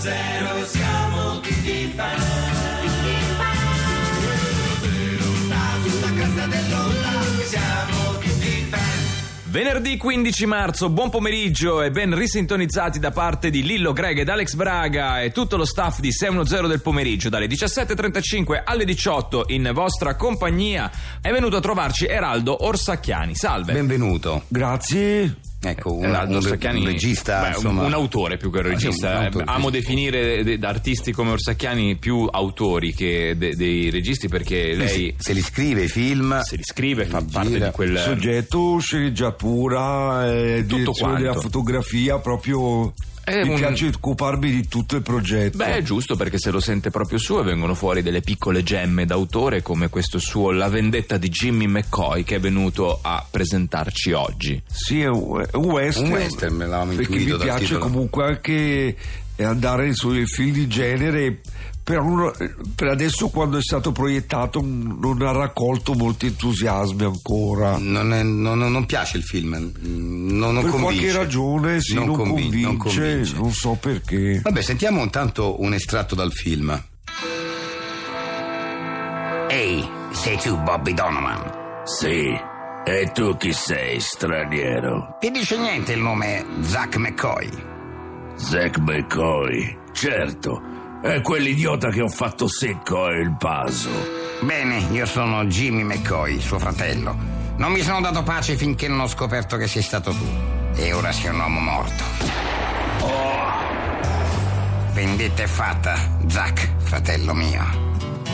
610 siamo tutti fan. Sulla cresta dell'onda siamo tutti fan. Venerdì 15 marzo, buon pomeriggio e ben risintonizzati da parte di Lillo, Greg ed Alex Braga e tutto lo staff di 610 del pomeriggio. Dalle 17.35 alle 18 in vostra compagnia è venuto a trovarci Eraldo Orsacchiani. Salve. Benvenuto. Grazie. Ecco, un beh, regista, insomma. un autore più che un regista. Un autore, Amo sì. definire da artisti come Orsacchiani più autori che dei registi, perché lei se li scrive i film, se li scrive, fa gira. parte di quel Soggetto, sceneggiatura, direzione della quanto. fotografia, proprio mi piace occuparmi di tutto il progetto. Beh, è giusto, perché se lo sente proprio suo e vengono fuori delle piccole gemme d'autore come questo suo La vendetta di Jimmy McCoy, che è venuto a presentarci oggi. Sì, è un western. Un western, me l'avevamo perché intuito mi dal piace titolo. comunque anche andare sui film di genere. Però per adesso, quando è stato proiettato, non ha raccolto molti entusiasmi ancora. non piace il film, non Per convince. qualche ragione non convince, non so perché. Vabbè, sentiamo intanto un estratto dal film. Ehi, sei tu Bobby Donovan? Sì, e tu chi sei, straniero? Ti dice niente il nome Zach McCoy? Zack McCoy, certo, è quell'idiota che ho fatto secco e il vaso. Bene, io sono Jimmy McCoy, suo fratello. Non mi sono dato pace finché non ho scoperto che sei stato tu. E ora sei un uomo morto. Vendetta è fatta, Zach, fratello mio.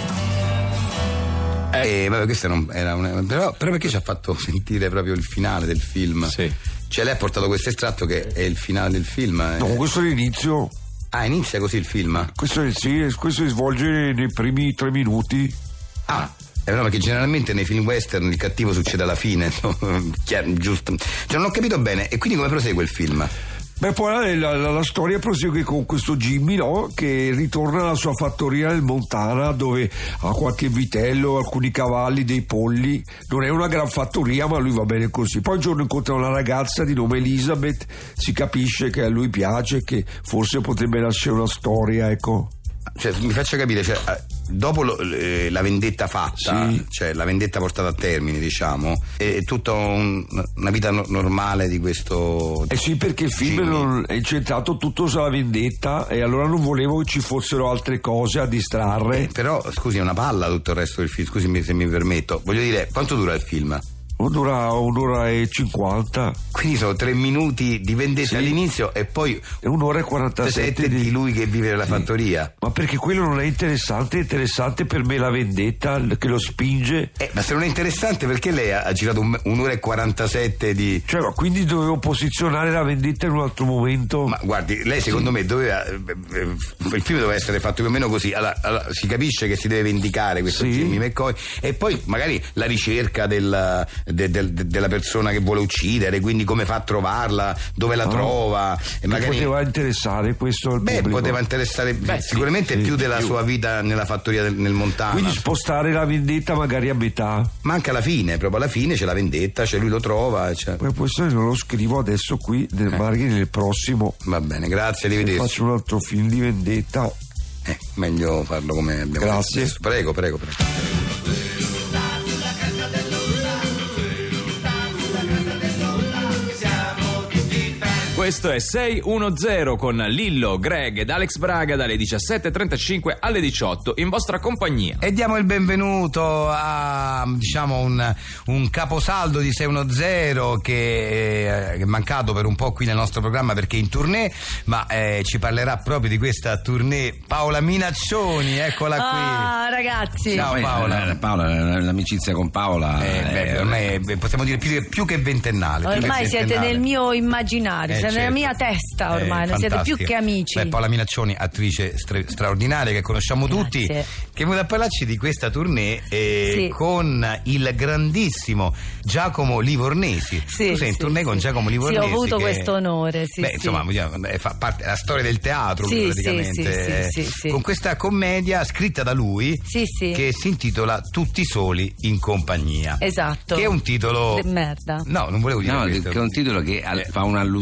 Vabbè, questo era però perché ci ha fatto sentire proprio il finale del film? Sì. Cioè, lei ha portato questo estratto che è il finale del film. No, questo è l'inizio. Ah, inizia così il film? Questo si svolge nei primi 3 minuti. Ah, no, perché generalmente nei film western il cattivo succede alla fine, no? Giusto. Cioè, non ho capito bene. E quindi come prosegue il film? Beh, poi la storia prosegue con questo Jimmy, no? Che ritorna alla sua fattoria nel Montana, dove ha qualche vitello, alcuni cavalli, dei polli. Non è una gran fattoria, ma lui va bene così. Poi un giorno incontra una ragazza di nome Elizabeth, si capisce che a lui piace, che forse potrebbe nascere una storia, ecco. Cioè, mi faccia capire, cioè, dopo la vendetta fatta, Sì. cioè la vendetta portata a termine, diciamo, è tutta una vita normale di questo. Sì, perché il film Jimmy. è incentrato tutto sulla vendetta e allora non volevo che ci fossero altre cose a distrarre. Però, scusi, è una palla tutto il resto del film, scusi se mi permetto. Voglio dire, quanto dura il film? Dura 1:50. Quindi sono 3 minuti di vendetta Sì. all'inizio e poi 1:47 di lui che vive nella fattoria. Ma perché quello non è interessante? È interessante per me la vendetta che lo spinge. Ma se non è interessante, perché lei ha girato 1:47 di. Cioè, ma quindi dovevo posizionare la vendetta in un altro momento? Ma guardi, lei secondo me doveva. Il film doveva essere fatto più o meno così. Allora, si capisce che si deve vendicare questo Sì. Jimmy McCoy, e poi magari la ricerca della persona che vuole uccidere, quindi come fa a trovarla, dove la trova. E magari poteva interessare questo al pubblico. poteva interessare sicuramente sì, più della sua vita nella fattoria nel Montana. Quindi spostare la vendetta magari a metà. Ma anche alla fine, proprio alla fine c'è la vendetta, cioè lui lo trova. Cioè. Poi questo non lo scrivo adesso qui, magari nel prossimo. Va bene, grazie, arrivederci. Faccio un altro film di vendetta. Meglio farlo come abbiamo Grazie. detto. Prego. Questo è 610 con Lillo, Greg ed Alex Braga dalle 17.35 alle 18 in vostra compagnia. E diamo il benvenuto a, diciamo, un caposaldo di 610 che è mancato per un po' qui nel nostro programma perché è in tournée, ma ci parlerà proprio di questa tournée Paola Minaccioni, eccola qui. Ah, ragazzi. Ciao Paola. Paola, l'amicizia con Paola ormai possiamo dire più che ventennale. Ormai siete nel mio immaginario, siete nella mia testa ormai, non siete più che amici. Beh, Paola Minaccioni, attrice straordinaria che conosciamo tutti, che è venuta a parlarci di questa tournée con il grandissimo Giacomo Livornesi. Tu sei in tournée con Giacomo Livornesi. Sì, ho avuto questo onore. Insomma, fa parte della storia del teatro praticamente. Sì. Con questa commedia scritta da lui che si intitola Tutti soli in compagnia. Esatto. Che è un titolo merda. No, non volevo dire questo. Che è un titolo che fa un'allusione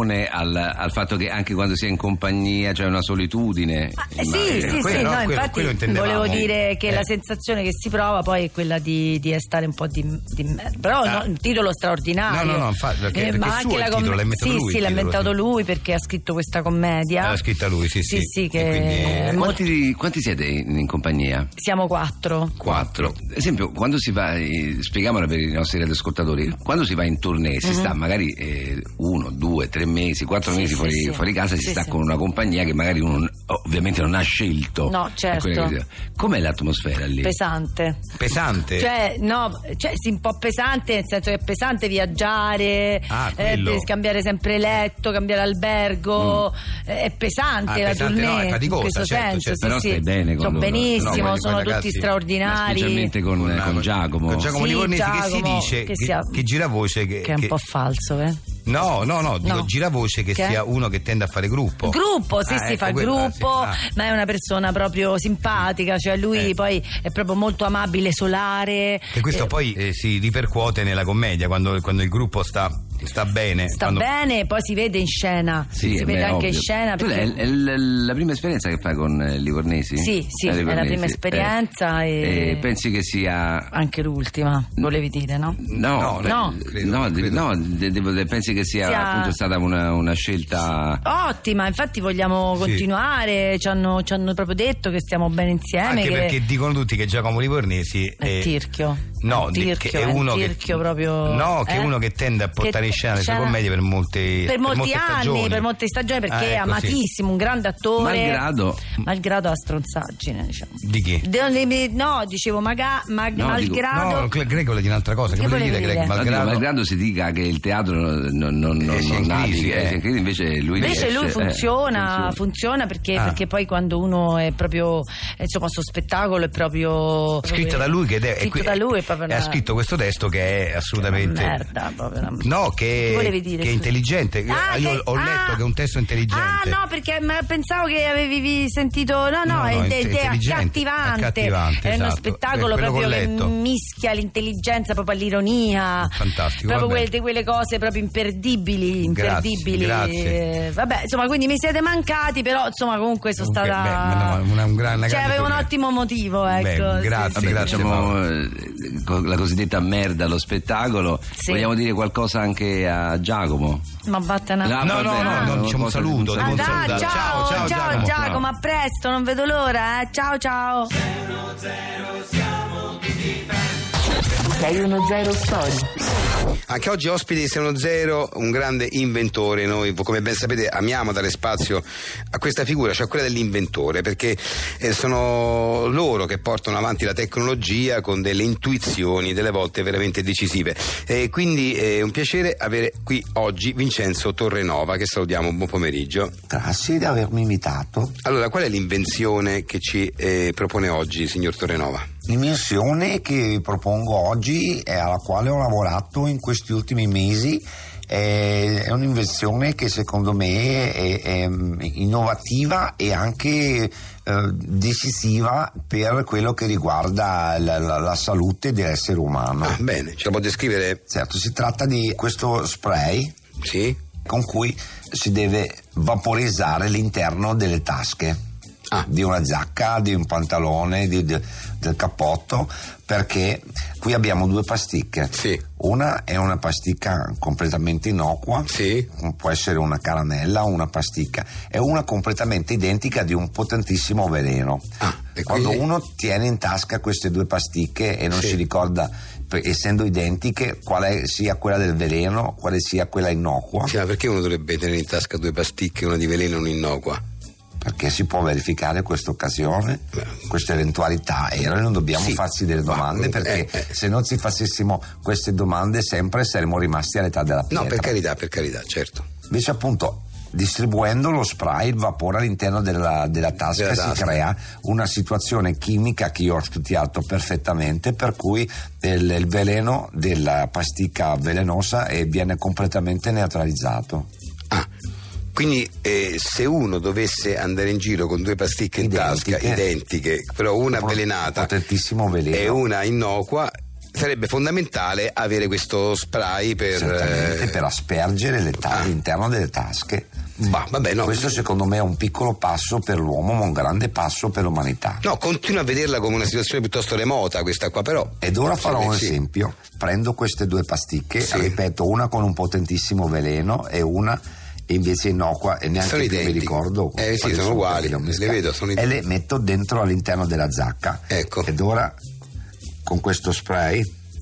un'attenzione al fatto che anche quando si è in compagnia c'è una solitudine. Sì, quello, no, infatti quello intendevamo. volevo dire che la sensazione che si prova poi è quella di stare un po' di merda. Però no, un titolo straordinario. No, infatti, perché ma è suo anche il titolo, l'ha inventato lui. Sì, l'ha inventato lui perché ha scritto questa commedia. L'ha scritta lui, sì. Che Quanti siete in compagnia? siamo 4. 4. Ad esempio, quando si va, spieghiamola per i nostri radioascoltatori, quando si va in tournée si sta magari 1, 2, 3 mesi, 4 mesi fuori casa, si sta con una compagnia che magari uno ovviamente non ha scelto. No, certo. Com'è l'atmosfera lì? Pesante. Cioè, sì, un po' pesante, nel senso che è pesante viaggiare, scambiare sempre letto, cambiare albergo, è pesante la tournée, no, è faticosa, in questo senso. certo. Però stai bene con sto loro. benissimo, No, sono ragazzi, tutti straordinari. Specialmente con Giacomo. Con Giacomo Livornesi, che si Giacomo, dice che che gira voce che è un po' falso, No, dico gira voce che sia uno che tende a fare gruppo. Gruppo, sì, fa gruppo, ma è una persona proprio simpatica, cioè lui poi è proprio molto amabile, solare. E questo poi si ripercuote nella commedia quando il gruppo sta bene. Bene, poi si vede in scena. Sì, si vede anche ovvio. in scena. Perché... È la prima esperienza che fai con Livornesi? Sì, è la prima esperienza e pensi che sia anche l'ultima, volevi dire, no? No, pensi che sia appunto stata una scelta ottima, infatti vogliamo continuare, ci hanno proprio detto che stiamo bene insieme. Anche perché dicono tutti che Giacomo Livornesi è tirchio. No, che è uno che proprio. No, che è uno che tende a portare in scena le sue commedie per molti anni, stagioni. per molte stagioni, perché è amatissimo, un grande attore. Malgrado la stronzaggine, diciamo. Di chi? No, dicevo malgrado. No, Greg vuole dire un'altra cosa. Che vuole dire Greg? Malgrado si dica che il teatro non naviga, invece lui funziona perché poi quando uno è proprio insomma suo spettacolo è proprio scritto da lui, che ha scritto questo testo che è assolutamente merda, proprio che è intelligente. Io ho letto che è un testo intelligente. No, perché pensavo che avevi sentito. No, è accattivante. È uno spettacolo proprio che mischia l'intelligenza proprio all'ironia. Fantastico. Proprio quelle cose proprio imperdibili. Grazie. Vabbè, insomma, quindi mi siete mancati, però insomma comunque sono stata avevo un ottimo motivo, ecco. Grazie. Facciamo la cosiddetta merda allo spettacolo. Vogliamo dire qualcosa anche a Giacomo? Ma vattene. No, diciamo un saluto. Ciao Giacomo, a presto, non vedo l'ora, ciao. 610 Story. Anche oggi ospite di 610 un grande inventore. Noi, come ben sapete, amiamo dare spazio a questa figura, cioè quella dell'inventore, perché sono loro che portano avanti la tecnologia con delle intuizioni delle volte veramente decisive. Quindi è un piacere avere qui oggi Vincenzo Torrenova, che salutiamo. Buon pomeriggio. Grazie di avermi invitato. Allora, qual è l'invenzione che ci propone oggi, signor Torrenova? L'invenzione che propongo oggi e alla quale ho lavorato in questi ultimi mesi è un'invenzione che secondo me è innovativa e anche decisiva per quello che riguarda la salute dell'essere umano. Bene, ce la può descrivere? Certo, si tratta di questo spray con cui si deve vaporizzare l'interno delle tasche. Di una giacca, di un pantalone, del cappotto, perché qui abbiamo due pasticche. Una è una pasticca completamente innocua, può essere una caramella o una pasticca, è una completamente identica di un potentissimo veleno. Quando uno tiene in tasca queste due pasticche e non si ricorda, essendo identiche, quale sia quella del veleno, quale sia quella innocua. Ma perché uno dovrebbe tenere in tasca due pasticche, una di veleno e una innocua? Perché si può verificare questa occasione, questa eventualità, e noi non dobbiamo farci delle domande, perché se non ci facessimo queste domande sempre saremmo rimasti all'età della pietra. No, per carità, certo. Invece appunto distribuendo lo spray, il vapore all'interno della tasca si crea una situazione chimica che io ho studiato perfettamente, per cui il veleno della pasticca velenosa viene completamente neutralizzato. Quindi se uno dovesse andare in giro con due pasticche in tasca identiche, però una avvelenata potentissimo veleno, e una innocua, sarebbe fondamentale avere questo spray per aspergere all'interno delle tasche. Vabbè, no. Questo secondo me è un piccolo passo per l'uomo, ma un grande passo per l'umanità. No, continuo a vederla come una situazione piuttosto remota questa qua, però. Ed ora farò un esempio. Prendo queste due pasticche, ripeto, una con un potentissimo veleno e una invece innocua, e neanche più mi ricordo. Sì, sono uguali, le vedo, sono e le metto dentro all'interno della zacca. Ecco. Ed ora con questo spray,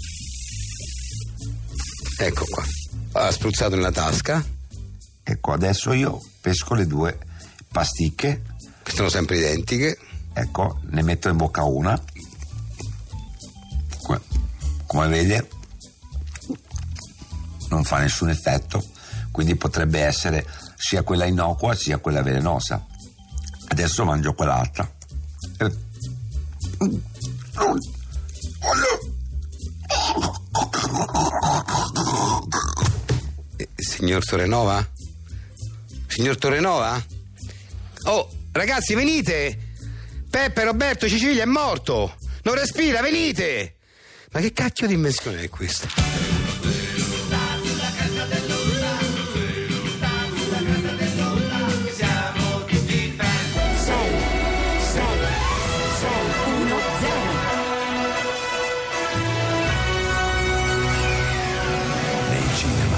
ecco qua, ha spruzzato nella tasca. Ecco, adesso io pesco le due pasticche, che sono sempre identiche. Ecco, ne metto in bocca una, come vede non fa nessun effetto, quindi potrebbe essere sia quella innocua sia quella velenosa. Adesso mangio quell'altra. Signor Torenova? Signor Torenova? Oh, ragazzi, venite! Peppe, Roberto, Cecilia è morto! Non respira, venite! Ma che cacchio di invenzione è questa? Siamo tutti fan. 6, 1, 0. Nei cinema.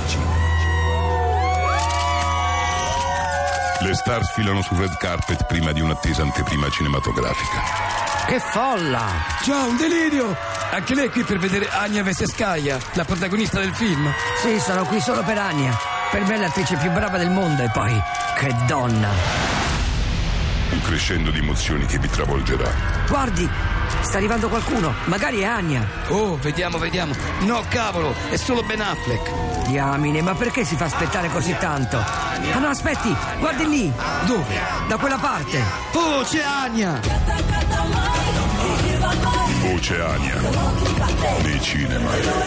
Le star sfilano sul red carpet prima di un'attesa anteprima cinematografica. Che folla! Ciao, un delirio! Anche lei è qui per vedere Anya Veseskaya, la protagonista del film? Sì, sono qui solo per Anya. Per me è l'attrice più brava del mondo e poi, che donna! Un crescendo di emozioni che vi travolgerà. Guardi, sta arrivando qualcuno, magari è Anya. Oh, vediamo. No, cavolo, è solo Ben Affleck. Diamine, ma perché si fa aspettare così tanto? Ah no, aspetti, guardi lì. Dove? Da quella parte. Oh, c'è Anya! Voce Anya nei cinema.